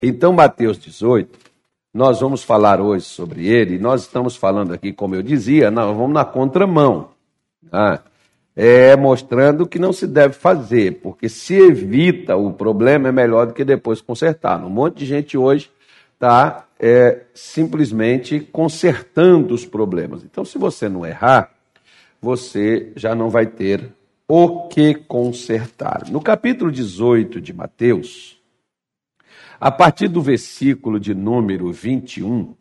Então, Mateus 18, nós vamos falar hoje sobre ele. Nós estamos falando aqui, como eu dizia, nós vamos na contramão, tá? Mostrando o que não se deve fazer, porque se evita o problema é melhor do que depois consertar. Um monte de gente hoje está simplesmente consertando os problemas. Então, se você não errar, você já não vai ter o que consertar. No capítulo 18 de Mateus, a partir do versículo de número 21,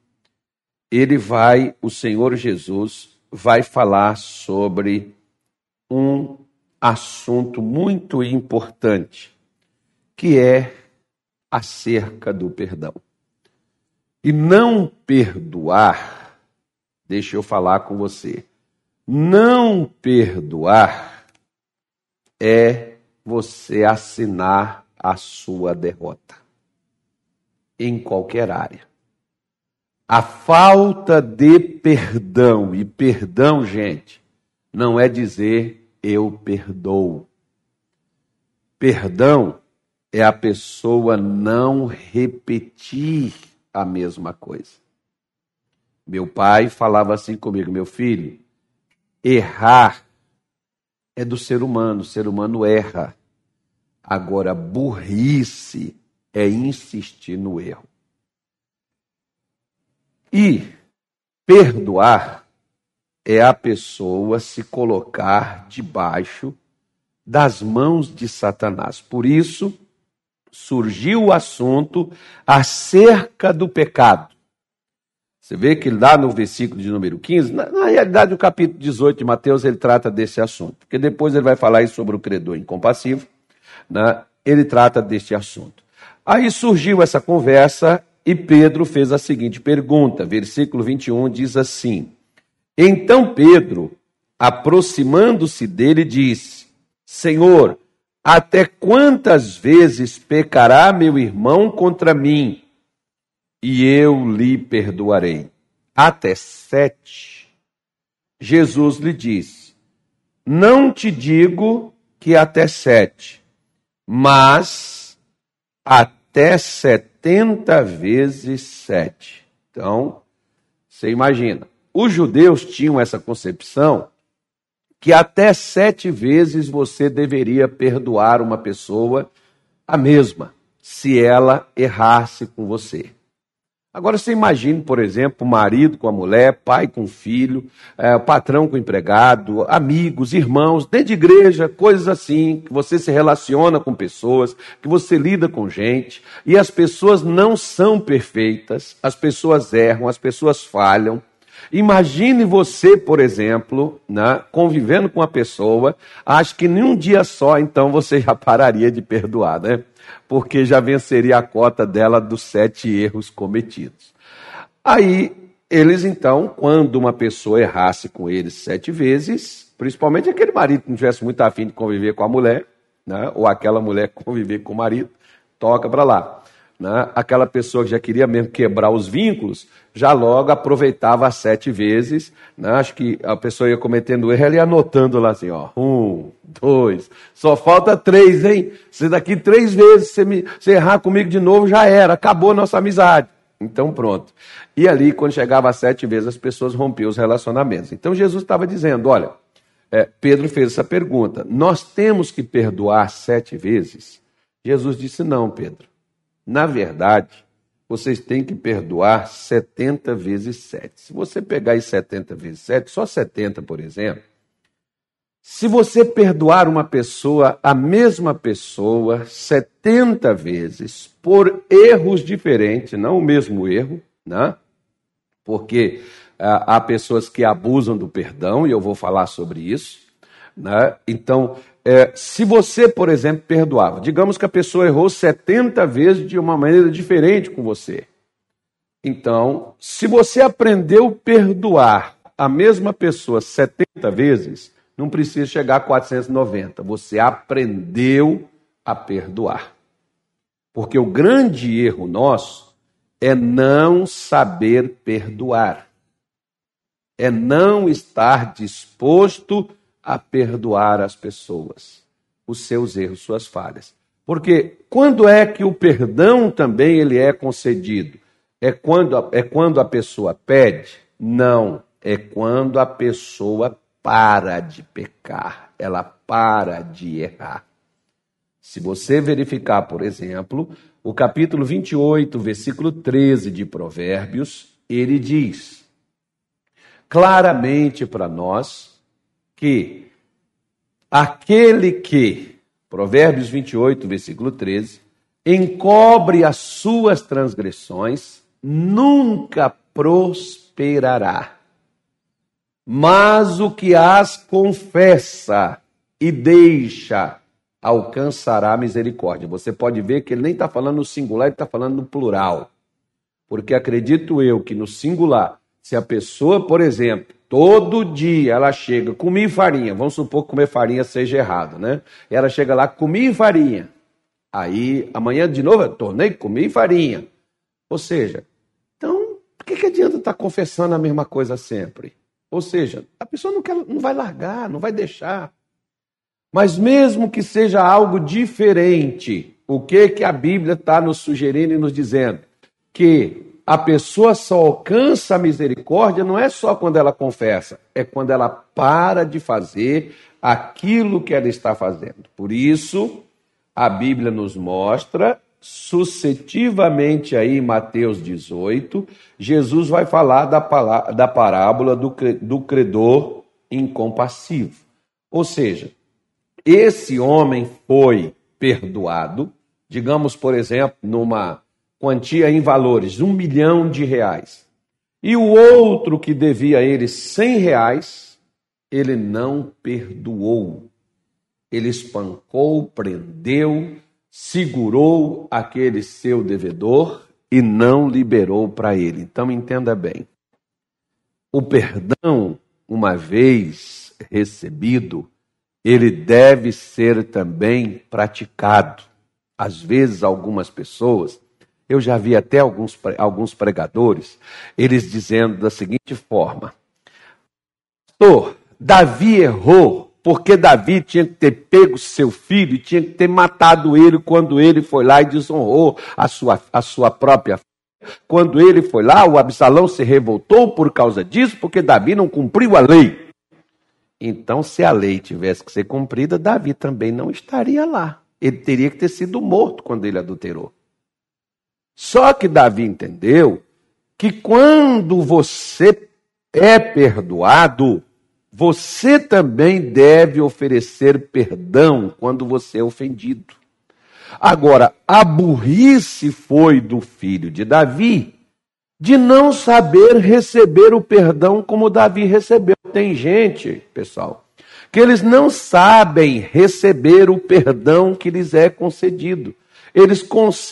o Senhor Jesus vai falar sobre um assunto muito importante, que é acerca do perdão. E não perdoar, deixa eu falar com você, não perdoar é você assinar a sua derrota, em qualquer área. A falta de perdão, e perdão, gente, não é dizer eu perdoo. Perdão é a pessoa não repetir a mesma coisa. Meu pai falava assim comigo: meu filho, errar é do ser humano, o ser humano erra. Agora, burrice é insistir no erro. E perdoar é a pessoa se colocar debaixo das mãos de Satanás. Por isso, surgiu o assunto acerca do pecado. Você vê que lá no versículo de número 15, na realidade o capítulo 18 de Mateus, ele trata desse assunto, porque depois ele vai falar aí sobre o credor incompassivo, né? Ele trata deste assunto. Aí surgiu essa conversa e Pedro fez a seguinte pergunta, versículo 21 diz assim: então Pedro, aproximando-se dele, disse: Senhor, até quantas vezes pecará meu irmão contra mim, e eu lhe perdoarei? Até 7. Jesus lhe disse: não te digo que até 7, mas até 70 vezes 7. Então, você imagina, os judeus tinham essa concepção que até 7 vezes você deveria perdoar uma pessoa a mesma, se ela errasse com você. Agora você imagine, por exemplo, o marido com a mulher, pai com o filho, patrão com o empregado, amigos, irmãos, dentro de igreja, coisas assim, que você se relaciona com pessoas, que você lida com gente, e as pessoas não são perfeitas, as pessoas erram, as pessoas falham. Imagine você, por exemplo, né, convivendo com uma pessoa, acho que em um dia só, então, você já pararia de perdoar, né? Porque já venceria a cota dela dos 7 erros cometidos. Aí, eles então, quando uma pessoa errasse com eles 7 vezes, principalmente aquele marido que não tivesse muito afim de conviver com a mulher, né, ou aquela mulher conviver com o marido, toca para lá. Né? Aquela pessoa que já queria mesmo quebrar os vínculos, já logo aproveitava as 7 vezes, né? Acho que a pessoa ia cometendo erro, ela ia anotando lá assim, ó, 1, 2, só falta 3, hein? Se daqui 3 vezes você errar comigo de novo, já era, acabou a nossa amizade. Então pronto. E ali, quando chegava a 7 vezes, as pessoas rompiam os relacionamentos. Então Jesus estava dizendo, olha, Pedro fez essa pergunta, nós temos que perdoar 7 vezes? Jesus disse, não, Pedro. Na verdade, vocês têm que perdoar 70 vezes 7. Se você pegar aí 70 vezes 7, só 70, por exemplo, se você perdoar uma pessoa, a mesma pessoa, 70 vezes, por erros diferentes, não o mesmo erro, né? Porque há pessoas que abusam do perdão, e eu vou falar sobre isso, né? Então, se você, por exemplo, perdoava, digamos que a pessoa errou 70 vezes de uma maneira diferente com você. Então, se você aprendeu a perdoar a mesma pessoa 70 vezes, não precisa chegar a 490. Você aprendeu a perdoar. Porque o grande erro nosso é não saber perdoar. É não estar disposto a perdoar as pessoas, os seus erros, suas falhas. Porque quando é que o perdão também ele é concedido? É quando a pessoa pede? Não, é quando a pessoa para de pecar, ela para de errar. Se você verificar, por exemplo, o capítulo 28, versículo 13 de Provérbios, ele diz claramente para nós que aquele que, Provérbios 28, versículo 13, encobre as suas transgressões, nunca prosperará. Mas o que as confessa e deixa, alcançará misericórdia. Você pode ver que ele nem está falando no singular, ele está falando no plural. Porque acredito eu que no singular, se a pessoa, por exemplo, todo dia ela chega, comi farinha, vamos supor que comer farinha seja errado, né? Ela chega lá, comi farinha. Aí, amanhã de novo, eu tornei, comi farinha. Ou seja, então, por que adianta estar confessando a mesma coisa sempre? Ou seja, a pessoa não vai largar, não vai deixar. Mas mesmo que seja algo diferente, o que a Bíblia está nos sugerindo e nos dizendo? Que a pessoa só alcança a misericórdia não é só quando ela confessa, é quando ela para de fazer aquilo que ela está fazendo. Por isso, a Bíblia nos mostra, sucessivamente aí em Mateus 18, Jesus vai falar da parábola do credor incompassivo. Ou seja, esse homem foi perdoado, digamos, por exemplo, numa quantia em valores, R$1 milhão. E o outro que devia a ele R$100, ele não perdoou. Ele espancou, prendeu, segurou aquele seu devedor e não liberou para ele. Então entenda bem, o perdão, uma vez recebido, ele deve ser também praticado. Às vezes, algumas pessoas, eu já vi até alguns pregadores, eles dizendo da seguinte forma: pastor, Davi errou, porque Davi tinha que ter pego seu filho e tinha que ter matado ele quando ele foi lá e desonrou a sua própria filha. Quando ele foi lá, o Absalão se revoltou por causa disso, porque Davi não cumpriu a lei. Então, se a lei tivesse que ser cumprida, Davi também não estaria lá. Ele teria que ter sido morto quando ele adulterou. Só que Davi entendeu que quando você é perdoado, você também deve oferecer perdão quando você é ofendido. Agora, a burrice foi do filho de Davi de não saber receber o perdão como Davi recebeu. Tem gente, pessoal, que eles não sabem receber o perdão que lhes é concedido. Eles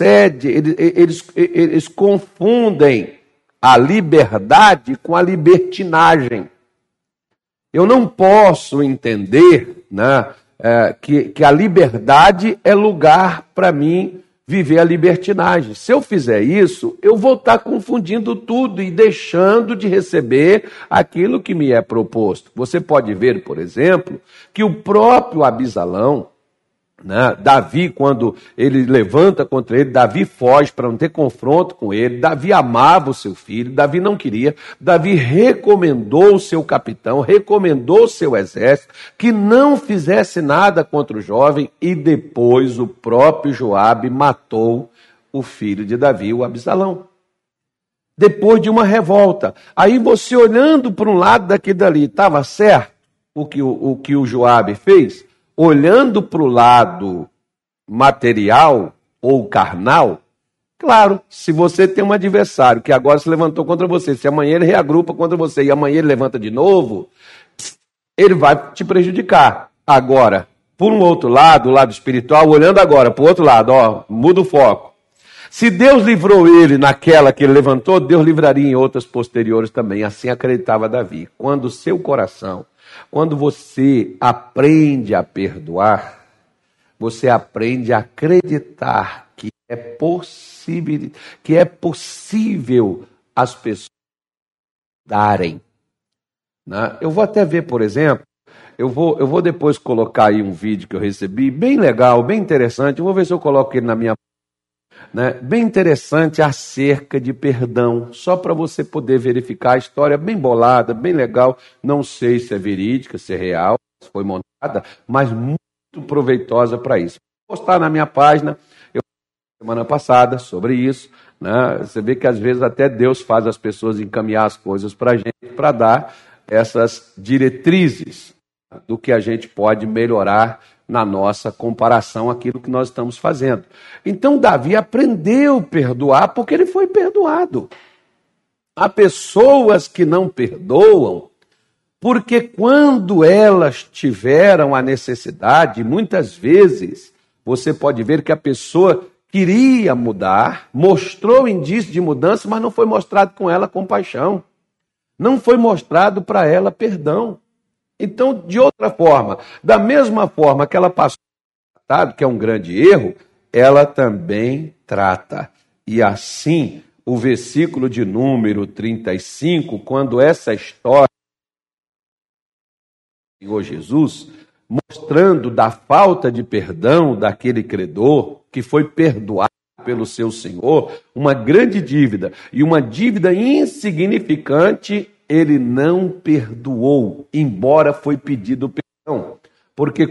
confundem a liberdade com a libertinagem. Eu não posso entender, né, que a liberdade é lugar para mim viver a libertinagem. Se eu fizer isso, eu vou estar confundindo tudo e deixando de receber aquilo que me é proposto. Você pode ver, por exemplo, que o próprio Absalão, né, Davi, quando ele levanta contra ele, Davi foge para não ter confronto com ele. Davi amava o seu filho, Davi não queria. Davi recomendou o seu capitão, recomendou o seu exército que não fizesse nada contra o jovem, e depois o próprio Joabe matou o filho de Davi, o Absalão. Depois de uma revolta. Aí você olhando para um lado daqui e dali, estava certo o que o Joabe fez? Olhando para o lado material ou carnal, claro, se você tem um adversário que agora se levantou contra você, se amanhã ele reagrupa contra você e amanhã ele levanta de novo, ele vai te prejudicar. Agora, por um outro lado, o lado espiritual, olhando agora para o outro lado, muda o foco. Se Deus livrou ele naquela que ele levantou, Deus livraria em outras posteriores também. Assim acreditava Davi. Quando o seu coração, quando você aprende a perdoar, você aprende a acreditar que é possível as pessoas darem. Né? Eu vou até ver, por exemplo, Eu vou depois colocar aí um vídeo que eu recebi, bem legal, bem interessante. Eu vou ver se eu coloco ele na minha, né? Bem interessante acerca de perdão, só para você poder verificar a história bem bolada, bem legal. Não sei se é verídica, se é real, se foi montada, mas muito proveitosa para isso. Vou postar na minha página, eu semana passada sobre isso, né? Você vê que às vezes até Deus faz as pessoas encaminhar as coisas para a gente, para dar essas diretrizes do que a gente pode melhorar na nossa comparação àquilo que nós estamos fazendo. Então, Davi aprendeu a perdoar porque ele foi perdoado. Há pessoas que não perdoam porque quando elas tiveram a necessidade, muitas vezes você pode ver que a pessoa queria mudar, mostrou indício de mudança, mas não foi mostrado com ela compaixão. Não foi mostrado para ela perdão. Então, de outra forma, da mesma forma que ela passou tratado, que é um grande erro, ela também trata. E assim, o versículo de número 35, quando essa história do Senhor Jesus, mostrando da falta de perdão daquele credor que foi perdoado pelo seu Senhor, uma grande dívida e uma dívida insignificante, ele não perdoou, embora foi pedido perdão. Porque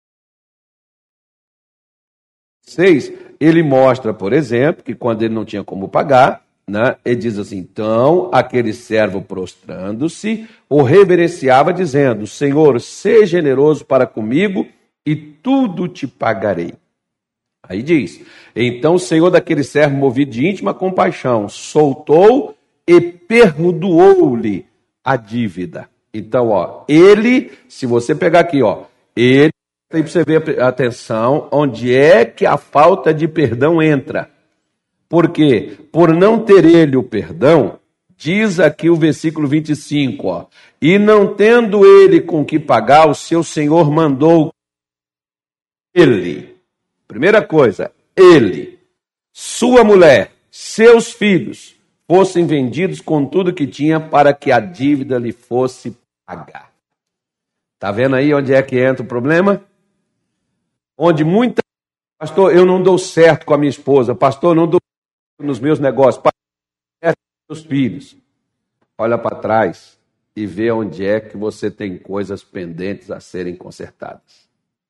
6, ele mostra, por exemplo, que quando ele não tinha como pagar, né, ele diz assim, então, aquele servo prostrando-se, o reverenciava dizendo, Senhor, seja generoso para comigo e tudo te pagarei. Aí diz, então o Senhor daquele servo, movido de íntima compaixão, soltou e perdoou-lhe a dívida. Então, ó, ele, se você pegar aqui, ó, ele, tem para você ver atenção, onde é que a falta de perdão entra. Porque, por não ter ele o perdão, diz aqui o versículo 25, ó, e não tendo ele com que pagar, o seu senhor mandou ele. Primeira coisa, ele, sua mulher, seus filhos, fossem vendidos com tudo que tinha para que a dívida lhe fosse paga. Está vendo aí onde é que entra o problema? Onde muita... Pastor, eu não dou certo com a minha esposa. Pastor, eu não dou certo nos meus negócios. Pastor, eu não dou certo com os meus filhos. Olha para trás e vê onde é que você tem coisas pendentes a serem consertadas.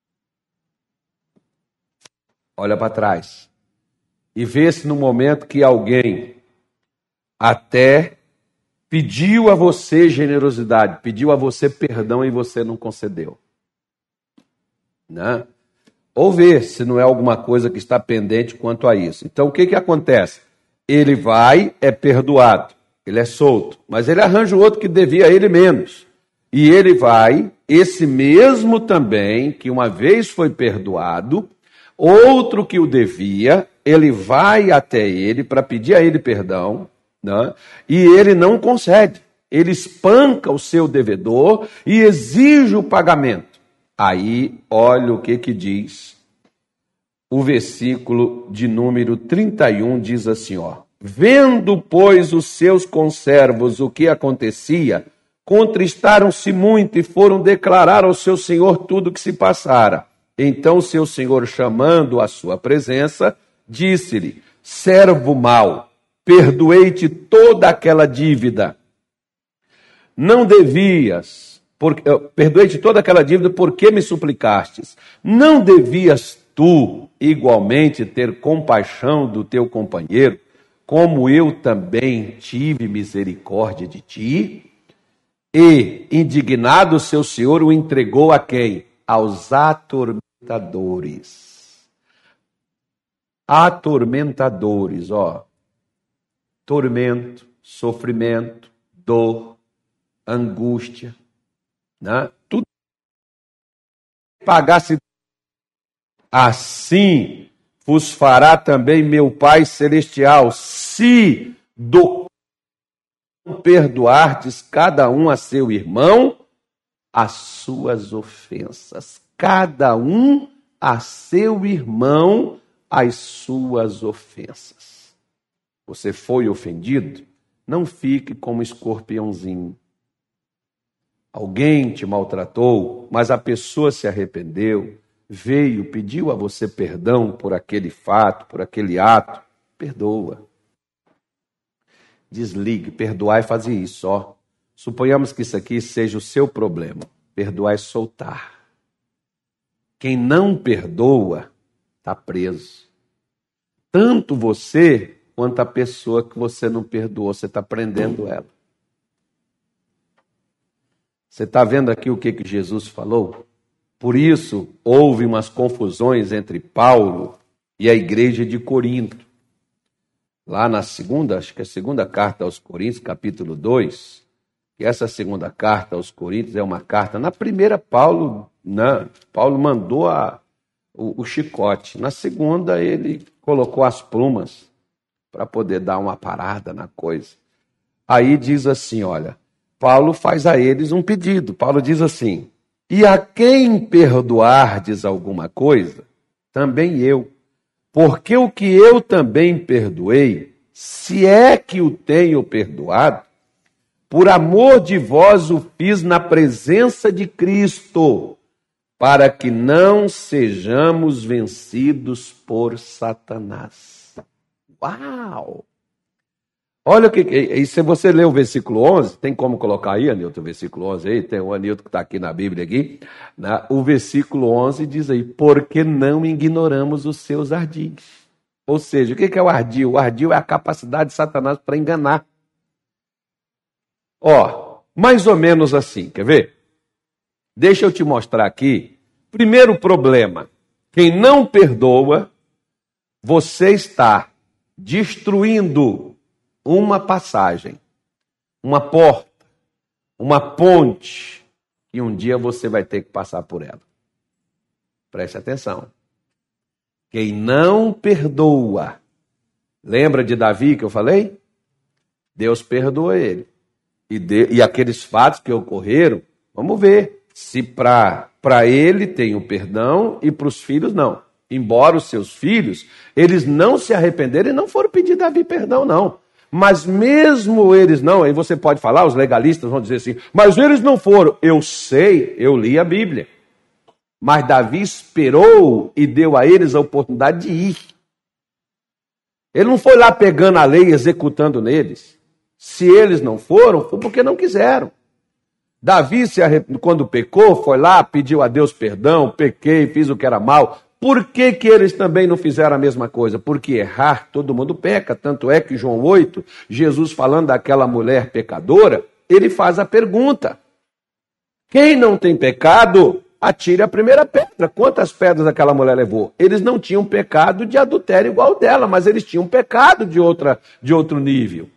Olha para trás e vê se no momento que alguém até pediu a você generosidade, pediu a você perdão e você não concedeu. Né? Ou vê se não é alguma coisa que está pendente quanto a isso. Então o que acontece? Ele vai, é perdoado, ele é solto, mas ele arranja o outro que devia a ele menos. E ele vai, esse mesmo também, que uma vez foi perdoado, outro que o devia, ele vai até ele para pedir a ele perdão, né? E ele não concede. Ele espanca o seu devedor e exige o pagamento. Aí, olha o que diz. O versículo de número 31 diz assim, ó. Vendo, pois, os seus conservos o que acontecia, contristaram-se muito e foram declarar ao seu senhor tudo o que se passara. Então seu senhor, chamando à sua presença, disse-lhe, servo mau, perdoei-te toda aquela dívida. Não devias, perdoei-te toda aquela dívida porque me suplicastes. Não devias tu, igualmente, ter compaixão do teu companheiro, como eu também tive misericórdia de ti? E, indignado, seu senhor o entregou a quem? Aos atormentadores. Atormentadores, ó. Tormento, sofrimento, dor, angústia, né? Tudo pagasse. Assim vos fará também meu Pai Celestial, se do perdoardes cada um a seu irmão as suas ofensas. Cada um a seu irmão as suas ofensas. Você foi ofendido? Não fique como escorpiãozinho. alguém te maltratou, mas a pessoa se arrependeu, veio, pediu a você perdão por aquele fato, por aquele ato, perdoa. Desligue, perdoar é fazer isso, ó. Suponhamos que isso aqui seja o seu problema. Perdoar é soltar. Quem não perdoa está preso. Tanto você quanto a pessoa que você não perdoou, você está prendendo ela. Você está vendo aqui o que Jesus falou? Por isso, houve umas confusões entre Paulo e a igreja de Corinto. Lá na segunda, acho que é a segunda carta aos Coríntios, capítulo 2, que essa segunda carta aos Coríntios é uma carta. Na primeira, Paulo mandou o chicote. Na segunda, ele colocou as plumas para poder dar uma parada na coisa. Aí diz assim, olha, Paulo faz a eles um pedido. Paulo diz assim, e a quem perdoardes alguma coisa, também eu. Porque o que eu também perdoei, se é que o tenho perdoado, por amor de vós o fiz na presença de Cristo, para que não sejamos vencidos por Satanás. Uau! Olha o que... E se você ler o versículo 11, tem como colocar aí, Anilton, o versículo 11 aí? Tem o Anilton que está aqui na Bíblia aqui. Né? O versículo 11 diz aí, porque não ignoramos os seus ardis. Ou seja, o que é o ardil? O ardil é a capacidade de Satanás para enganar. Ó, mais ou menos assim, quer ver? Deixa eu te mostrar aqui. Primeiro problema, quem não perdoa, você está destruindo uma passagem, uma porta, uma ponte, e um dia você vai ter que passar por ela. Preste atenção. Quem não perdoa, lembra de Davi que eu falei? Deus perdoa ele. E aqueles fatos que ocorreram, vamos ver se para ele tem o perdão e para os filhos não. Embora os seus filhos, eles não se arrependeram e não foram pedir Davi perdão, não. Mas mesmo eles não, aí você pode falar, os legalistas vão dizer assim, mas eles não foram. Eu sei, eu li a Bíblia. Mas Davi esperou e deu a eles a oportunidade de ir. Ele não foi lá pegando a lei e executando neles. Se eles não foram, foi porque não quiseram. Davi, quando pecou, foi lá, pediu a Deus perdão, pequei, fiz o que era mal. Por que eles também não fizeram a mesma coisa? Porque errar, todo mundo peca. Tanto é que João 8, Jesus falando daquela mulher pecadora, ele faz a pergunta. Quem não tem pecado, atire a primeira pedra. Quantas pedras aquela mulher levou? Eles não tinham pecado de adultério igual dela, mas eles tinham pecado de outro nível.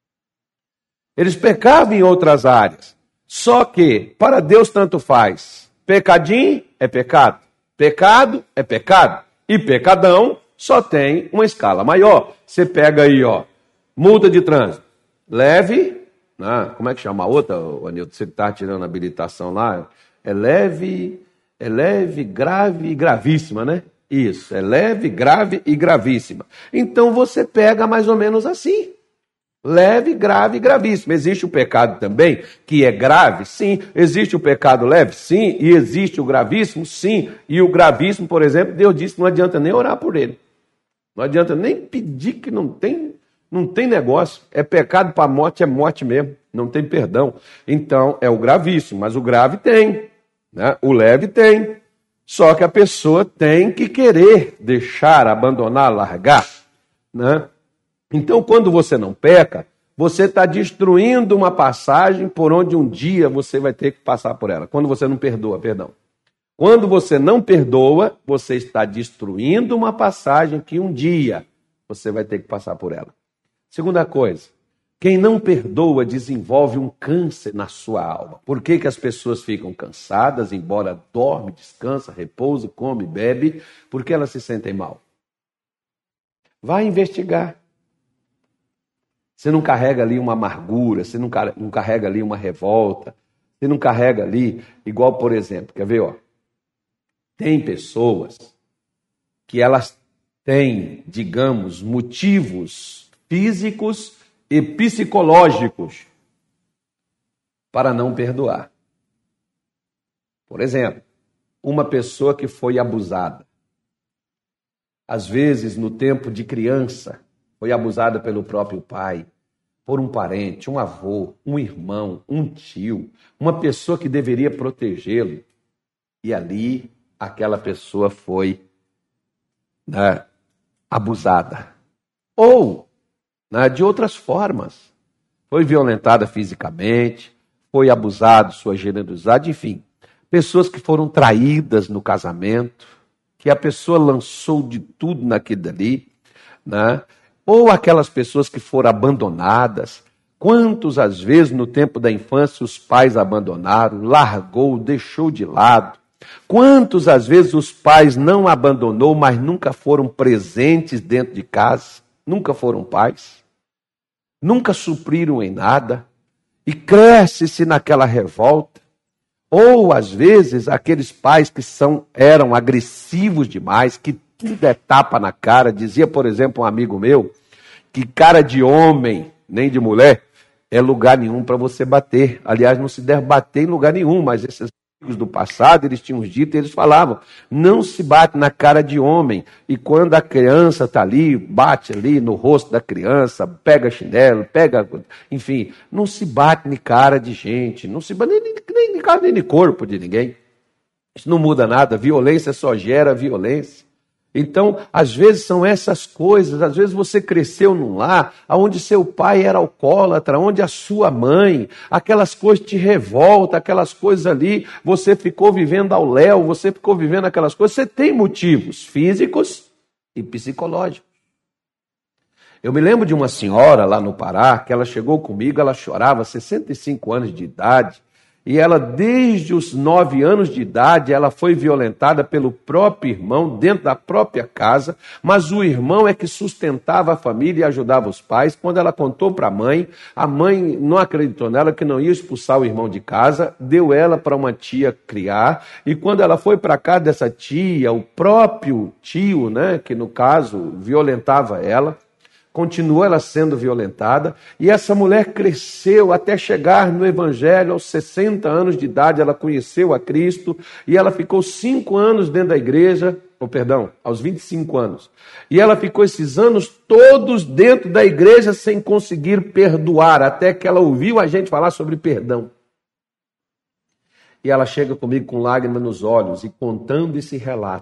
Eles pecavam em outras áreas. Só que, para Deus tanto faz. Pecadinho é pecado. Pecado é pecado. E pecadão só tem uma escala maior. Você pega aí, ó, multa de trânsito. Leve, né? Como é que chama a outra, Anilton? Você está tirando a habilitação lá. É leve, grave e gravíssima, né? Isso, é leve, grave e gravíssima. Então você pega mais ou menos assim. Leve, grave e gravíssimo. Existe o pecado também, que é grave? Sim. Existe o pecado leve? Sim. E existe o gravíssimo? Sim. E o gravíssimo, por exemplo, Deus disse que não adianta nem orar por ele. Não adianta nem pedir, que não tem negócio. É pecado para a morte, é morte mesmo. Não tem perdão. Então, é o gravíssimo. Mas o grave tem. Né? O leve tem. Só que a pessoa tem que querer deixar, abandonar, largar. Né? Então, quando você não peca, você está destruindo uma passagem por onde um dia você vai ter que passar por ela. Quando você não perdoa, perdão. Quando você não perdoa, você está destruindo uma passagem que um dia você vai ter que passar por ela. Segunda coisa, quem não perdoa desenvolve um câncer na sua alma. Por que as pessoas ficam cansadas, embora dorme, descansa, repousa, come, bebe? Porque elas se sentem mal. Vai investigar. Você não carrega ali uma amargura, você não carrega ali uma revolta, você não carrega ali, igual, por exemplo, quer ver, ó? Tem pessoas que elas têm, digamos, motivos físicos e psicológicos para não perdoar. Por exemplo, uma pessoa que foi abusada. Às vezes, no tempo de criança, foi abusada pelo próprio pai, por um parente, um avô, um irmão, um tio, uma pessoa que deveria protegê-lo. E ali, aquela pessoa foi, né, abusada. Ou, né, de outras formas. Foi violentada fisicamente, foi abusado sua generosidade, enfim. Pessoas que foram traídas no casamento, que a pessoa lançou de tudo naquilo dali, né? Ou aquelas pessoas que foram abandonadas. Quantos, às vezes, no tempo da infância, os pais abandonaram, largou, deixou de lado. Quantos, às vezes, os pais não abandonou, mas nunca foram presentes dentro de casa, nunca foram pais, nunca supriram em nada, e cresce-se naquela revolta. Ou, às vezes, aqueles pais que eram agressivos demais, que tudo é tapa na cara. Dizia, por exemplo, um amigo meu, que cara de homem, nem de mulher, é lugar nenhum para você bater. Aliás, não se deve bater em lugar nenhum, mas esses amigos do passado, eles tinham dito, eles falavam, não se bate na cara de homem. E quando a criança está ali, bate ali no rosto da criança, pega chinelo, pega, enfim, não se bate em cara de gente, não se bate nem cara nem de corpo de ninguém. Isso não muda nada, violência só gera violência. Então, às vezes são essas coisas, às vezes você cresceu num lar onde seu pai era alcoólatra, onde a sua mãe, aquelas coisas te revoltam, aquelas coisas ali, você ficou vivendo ao léu, você ficou vivendo aquelas coisas, você tem motivos físicos e psicológicos. Eu me lembro de uma senhora lá no Pará, que ela chegou comigo, ela chorava, 65 anos de idade, e ela, desde os 9 anos de idade, ela foi violentada pelo próprio irmão, dentro da própria casa, mas o irmão é que sustentava a família e ajudava os pais. Quando ela contou para a mãe não acreditou nela, que não ia expulsar o irmão de casa, deu ela para uma tia criar, e quando ela foi para casa dessa tia, o próprio tio, né, que no caso violentava ela, continuou ela sendo violentada, e essa mulher cresceu até chegar no Evangelho. Aos 60 anos de idade, ela conheceu a Cristo, e ela ficou 5 anos dentro da igreja, aos 25 anos. E ela ficou esses anos todos dentro da igreja sem conseguir perdoar, até que ela ouviu a gente falar sobre perdão. E ela chega comigo com lágrimas nos olhos e contando esse relato,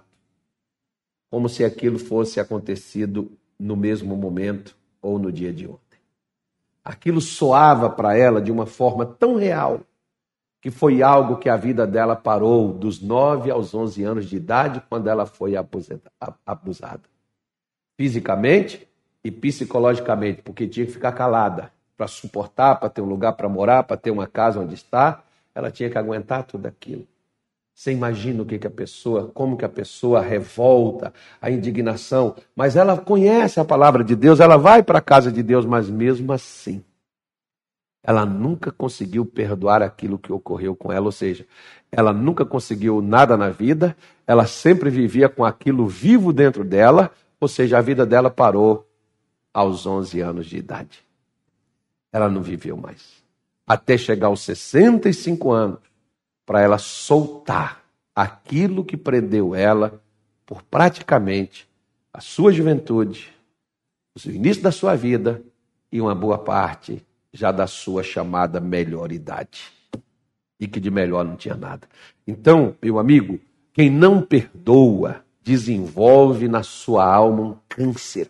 como se aquilo fosse acontecido no mesmo momento ou no dia de ontem. Aquilo soava para ela de uma forma tão real que foi algo que a vida dela parou dos 9 aos 11 anos de idade, quando ela foi abusada. Fisicamente e psicologicamente, porque tinha que ficar calada para suportar, para ter um lugar para morar, para ter uma casa onde estar, ela tinha que aguentar tudo aquilo. Você imagina como que a pessoa revolta, a indignação, mas ela conhece a palavra de Deus, ela vai para a casa de Deus, mas mesmo assim, ela nunca conseguiu perdoar aquilo que ocorreu com ela, ou seja, ela nunca conseguiu nada na vida, ela sempre vivia com aquilo vivo dentro dela, ou seja, a vida dela parou aos 11 anos de idade. Ela não viveu mais. Até chegar aos 65 anos, para ela soltar aquilo que prendeu ela por praticamente a sua juventude, o início da sua vida e uma boa parte já da sua chamada melhor idade. E que de melhor não tinha nada. Então, meu amigo, quem não perdoa desenvolve na sua alma um câncer.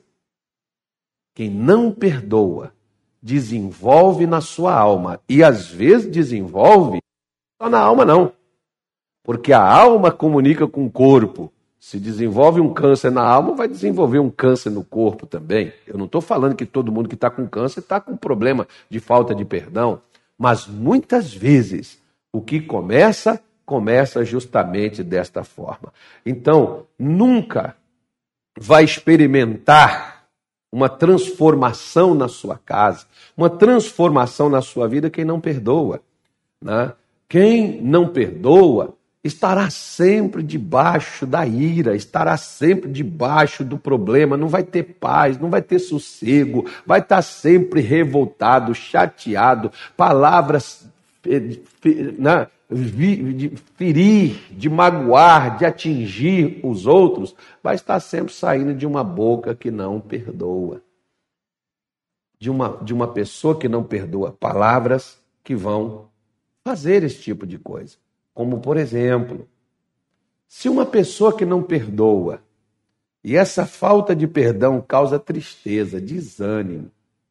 Quem não perdoa desenvolve na sua alma, e às vezes desenvolve só na alma não, porque a alma comunica com o corpo. Se desenvolve um câncer na alma, vai desenvolver um câncer no corpo também. Eu não estou falando que todo mundo que está com câncer está com problema de falta de perdão, mas muitas vezes o que começa justamente desta forma. Então, nunca vai experimentar uma transformação na sua casa, uma transformação na sua vida quem não perdoa, né? Quem não perdoa estará sempre debaixo da ira, estará sempre debaixo do problema, não vai ter paz, não vai ter sossego, vai estar sempre revoltado, chateado, palavras de ferir, de magoar, de atingir os outros, vai estar sempre saindo de uma boca que não perdoa. De uma pessoa que não perdoa, palavras que vão fazer esse tipo de coisa. Como, por exemplo, se uma pessoa que não perdoa, e essa falta de perdão causa tristeza, desânimo,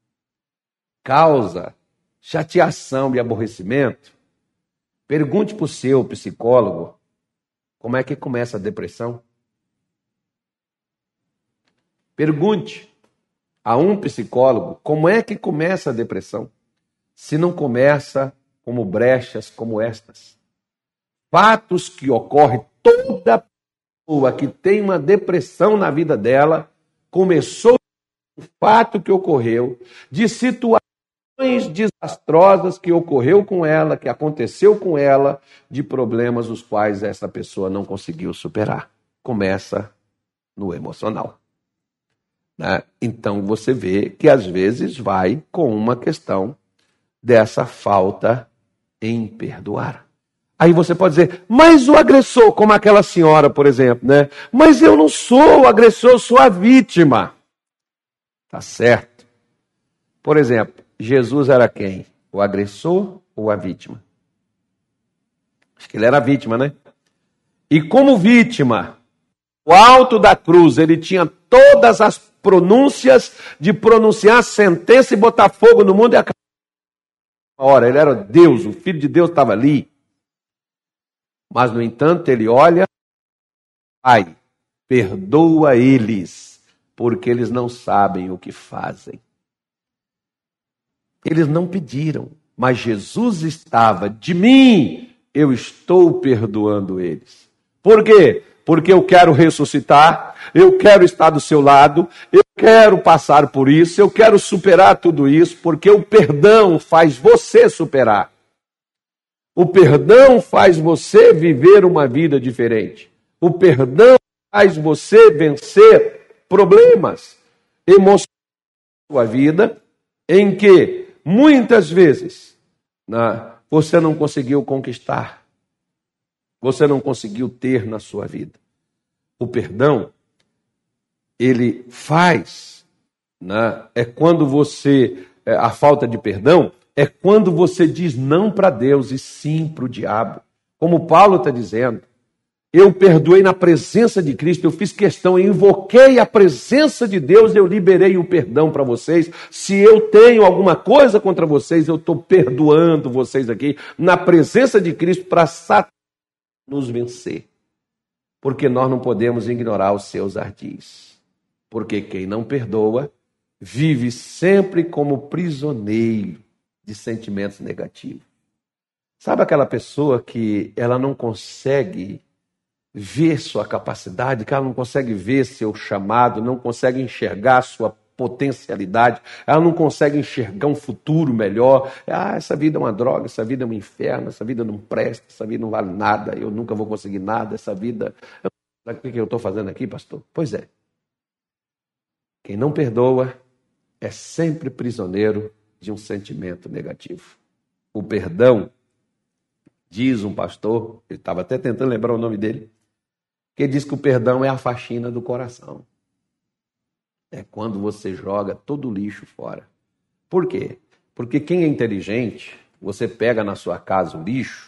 causa chateação e aborrecimento, pergunte para o seu psicólogo como é que começa a depressão. Pergunte a um psicólogo como é que começa a depressão, se não começa como brechas como estas. Fatos que ocorrem, toda pessoa que tem uma depressão na vida dela, começou um fato que ocorreu, de situações desastrosas que ocorreu com ela, que aconteceu com ela, de problemas os quais essa pessoa não conseguiu superar. Começa no emocional. Então você vê que às vezes vai com uma questão dessa falta em perdoar. Aí você pode dizer, mas o agressor, como aquela senhora, por exemplo, né? Mas eu não sou o agressor, eu sou a vítima. Tá certo. Por exemplo, Jesus era quem? O agressor ou a vítima? Acho que ele era a vítima, né? E como vítima, o alto da cruz, ele tinha todas as pronúncias de pronunciar a sentença e botar fogo no mundo e acabar. Ora, ele era Deus, o Filho de Deus estava ali. Mas, no entanto, ele olha, Pai, perdoa eles, porque eles não sabem o que fazem. Eles não pediram, mas Jesus estava, de mim, eu estou perdoando eles. Por quê? Porque eu quero ressuscitar, eu quero estar do seu lado, eu quero passar por isso, eu quero superar tudo isso, porque o perdão faz você superar. O perdão faz você viver uma vida diferente. O perdão faz você vencer problemas emocionais da sua vida, em que muitas vezes você não conseguiu conquistar, você não conseguiu ter na sua vida. O perdão, ele faz, é quando você, a falta de perdão, é quando você diz não para Deus e sim para o diabo. Como Paulo está dizendo, eu perdoei na presença de Cristo, eu fiz questão, eu invoquei a presença de Deus, eu liberei o perdão para vocês. Se eu tenho alguma coisa contra vocês, eu estou perdoando vocês aqui, na presença de Cristo, para Satanás nos vencer. Porque nós não podemos ignorar os seus ardis. Porque quem não perdoa, vive sempre como prisioneiro de sentimentos negativos. Sabe aquela pessoa que ela não consegue ver sua capacidade, que ela não consegue ver seu chamado, não consegue enxergar sua potencialidade, ela não consegue enxergar um futuro melhor. Essa vida é uma droga, essa vida é um inferno, essa vida não presta, essa vida não vale nada, eu nunca vou conseguir nada, essa vida... Sabe o que eu estou fazendo aqui, pastor? Pois é. Quem não perdoa é sempre prisioneiro de um sentimento negativo. O perdão, diz um pastor, ele estava até tentando lembrar o nome dele, que diz que o perdão é a faxina do coração. É quando você joga todo o lixo fora. Por quê? Porque quem é inteligente, você pega na sua casa o lixo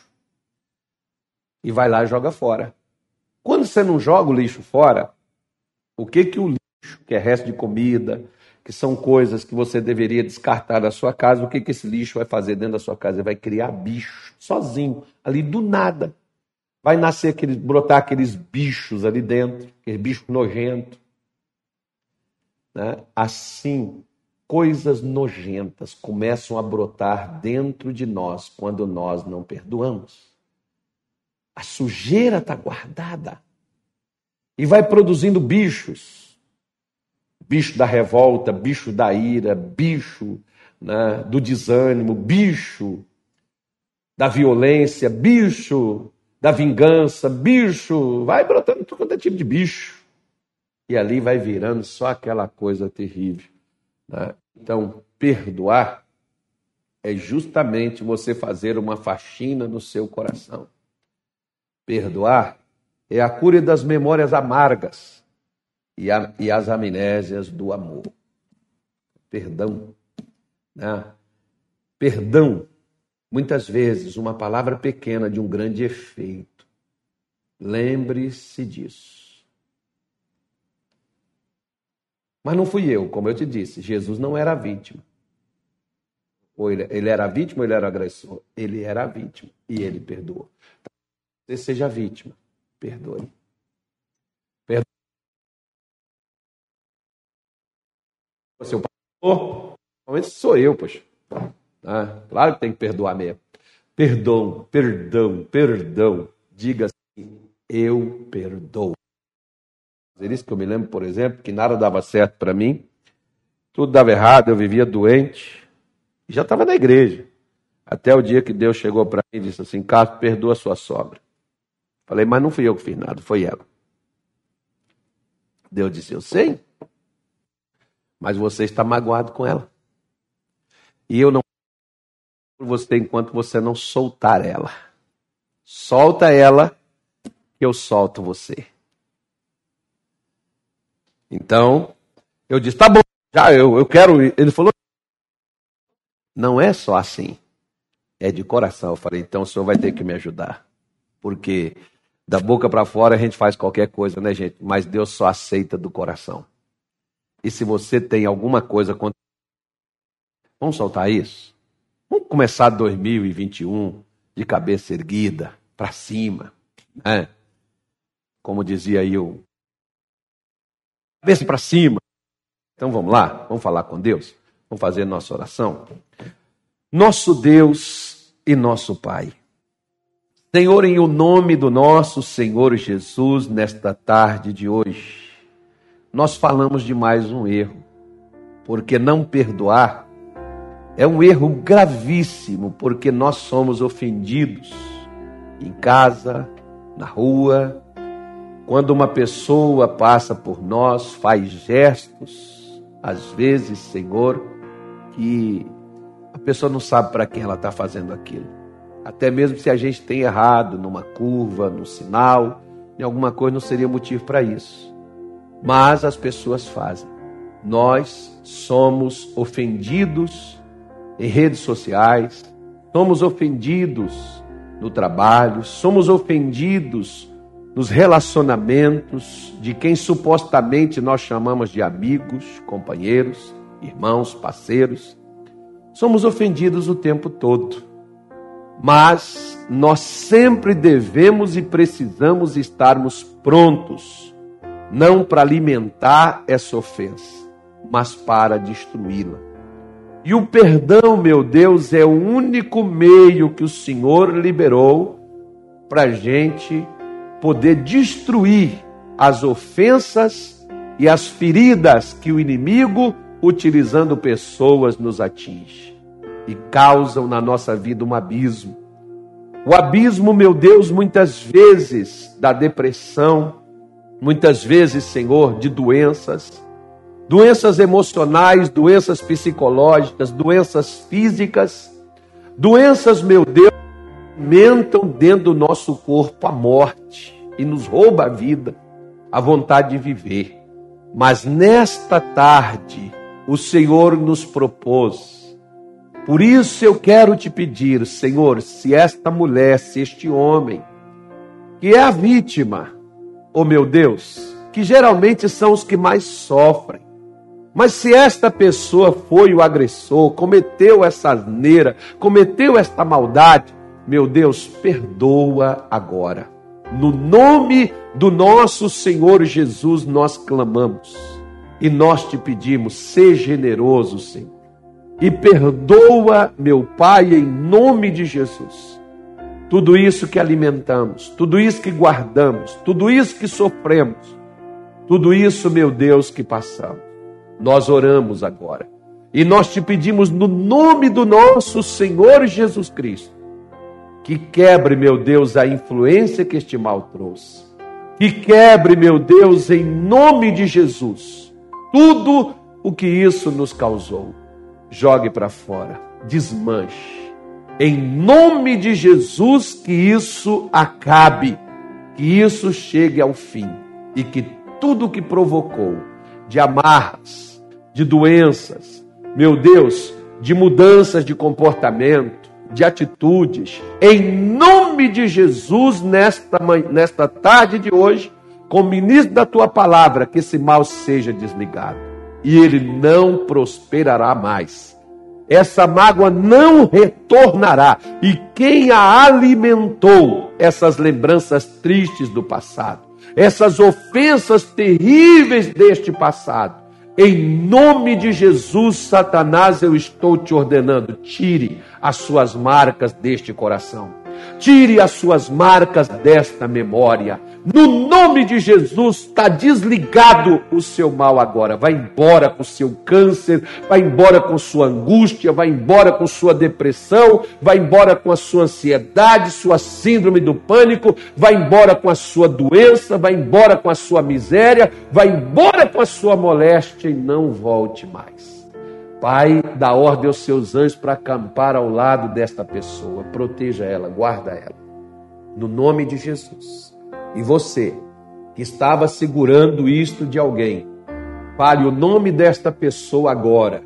e vai lá e joga fora. Quando você não joga o lixo fora, o que o lixo, que é resto de comida, que são coisas que você deveria descartar da sua casa, o que esse lixo vai fazer dentro da sua casa? Ele vai criar bicho, sozinho, ali do nada. Vai nascer brotar aqueles bichos ali dentro, aquele bicho nojento. Assim, coisas nojentas começam a brotar dentro de nós quando nós não perdoamos. A sujeira está guardada e vai produzindo bichos. Bicho da revolta, bicho da ira, bicho do desânimo, bicho da violência, bicho da vingança, bicho, vai brotando todo quanto é tipo de bicho. E ali vai virando só aquela coisa terrível. Então, perdoar é justamente você fazer uma faxina no seu coração. Perdoar é a cura das memórias amargas e as amnésias do amor. Perdão, né? Perdão, muitas vezes, uma palavra pequena de um grande efeito. Lembre-se disso. Mas não fui eu, como eu te disse, Jesus não era a vítima. Ou ele era a vítima ou ele era o agressor? Ele era a vítima e ele perdoou. Você seja a vítima, perdoe. Perdoe. Seu pastor, normalmente sou eu, poxa. Claro que tem que perdoar mesmo. Perdão, perdão, perdão. Diga assim, eu perdoo. Isso que eu me lembro, por exemplo, que nada dava certo para mim. Tudo dava errado, eu vivia doente. E já estava na igreja. Até o dia que Deus chegou para mim e disse assim, Carlos, perdoa a sua sogra. Falei, mas não fui eu que fiz nada, foi ela. Deus disse, eu sei, mas você está magoado com ela. E eu não por você enquanto você não soltar ela. Solta ela, que eu solto você. Então, eu disse, tá bom, já eu quero ir. Ele falou, não é só assim, é de coração. Eu falei, então o senhor vai ter que me ajudar. Porque da boca para fora a gente faz qualquer coisa, né, gente? Mas Deus só aceita do coração. E se você tem alguma coisa contra... Vamos soltar isso? Vamos começar 2021 de cabeça erguida, para cima, né? Como dizia aí o... Cabeça para cima. Então vamos lá, vamos falar com Deus? Vamos fazer nossa oração? Nosso Deus e nosso Pai. Senhor, em o nome do nosso Senhor Jesus, nesta tarde de hoje, nós falamos de mais um erro, porque não perdoar é um erro gravíssimo, porque nós somos ofendidos em casa, na rua, quando uma pessoa passa por nós, faz gestos, às vezes, Senhor, que a pessoa não sabe para quem ela está fazendo aquilo. Até mesmo se a gente tem errado numa curva, no sinal, em alguma coisa, não seria motivo para isso. Mas as pessoas fazem. Nós somos ofendidos em redes sociais, somos ofendidos no trabalho, somos ofendidos nos relacionamentos de quem supostamente nós chamamos de amigos, companheiros, irmãos, parceiros. Somos ofendidos o tempo todo. Mas nós sempre devemos e precisamos estarmos prontos, não para alimentar essa ofensa, mas para destruí-la. E o perdão, meu Deus, é o único meio que o Senhor liberou para a gente poder destruir as ofensas e as feridas que o inimigo, utilizando pessoas, nos atinge e causam na nossa vida um abismo. O abismo, meu Deus, muitas vezes da depressão, muitas vezes, Senhor, de doenças emocionais, doenças psicológicas, doenças físicas, doenças, meu Deus, que aumentam dentro do nosso corpo a morte e nos rouba a vida, a vontade de viver. Mas nesta tarde, o Senhor nos propôs. Por isso eu quero te pedir, Senhor, se esta mulher, se este homem, que é a vítima, oh meu Deus, que geralmente são os que mais sofrem, mas se esta pessoa foi o agressor, cometeu essa asneira, cometeu esta maldade, meu Deus, perdoa agora. No nome do nosso Senhor Jesus nós clamamos e nós te pedimos, seja generoso, Senhor. E perdoa, meu Pai, em nome de Jesus. Tudo isso que alimentamos, tudo isso que guardamos, tudo isso que sofremos, tudo isso, meu Deus, que passamos. Nós oramos agora. E nós te pedimos no nome do nosso Senhor Jesus Cristo, que quebre, meu Deus, a influência que este mal trouxe. Que quebre, meu Deus, em nome de Jesus, tudo o que isso nos causou. jogue para fora, desmanche. Em nome de Jesus, que isso acabe, que isso chegue ao fim e que tudo que provocou de amarras, de doenças, meu Deus, de mudanças de comportamento, de atitudes, em nome de Jesus, nesta tarde de hoje, com o ministro da tua palavra, que esse mal seja desligado e ele não prosperará mais. Essa mágoa não retornará. E quem a alimentou, essas lembranças tristes do passado, essas ofensas terríveis deste passado, em nome de Jesus, Satanás, eu estou te ordenando, tire as suas marcas deste coração. Tire as suas marcas desta memória. No nome de Jesus, está desligado o seu mal agora. Vai embora com o seu câncer, vai embora com sua angústia, vai embora com sua depressão, vai embora com a sua ansiedade, sua síndrome do pânico, vai embora com a sua doença, vai embora com a sua miséria, vai embora com a sua moléstia e não volte mais. Pai, dá ordem aos seus anjos para acampar ao lado desta pessoa. Proteja ela, guarda ela. No nome de Jesus. E você, que estava segurando isto de alguém, fale o nome desta pessoa agora.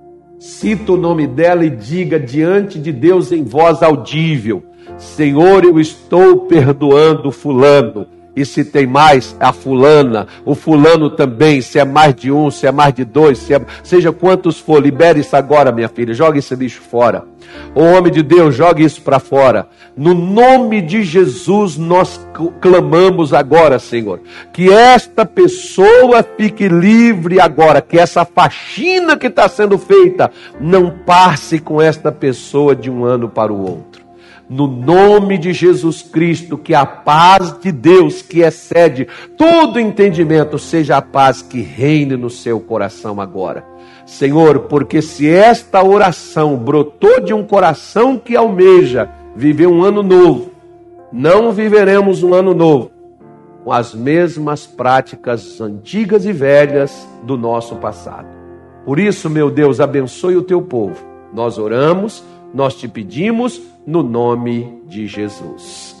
Cita o nome dela e diga diante de Deus em voz audível: Senhor, eu estou perdoando fulano. E se tem mais, a fulana, o fulano também, se é mais de um, se é mais de dois, seja quantos for, libere isso agora, minha filha, jogue esse lixo fora. Ô homem de Deus, jogue isso para fora. No nome de Jesus, nós clamamos agora, Senhor, que esta pessoa fique livre agora, que essa faxina que está sendo feita não passe com esta pessoa de um ano para o outro. No nome de Jesus Cristo, que a paz de Deus, que excede todo entendimento, seja a paz que reine no seu coração agora. Senhor, porque se esta oração brotou de um coração que almeja viver um ano novo, não viveremos um ano novo com as mesmas práticas antigas e velhas do nosso passado. Por isso, meu Deus, abençoe o teu povo. Nós oramos, nós te pedimos, no nome de Jesus.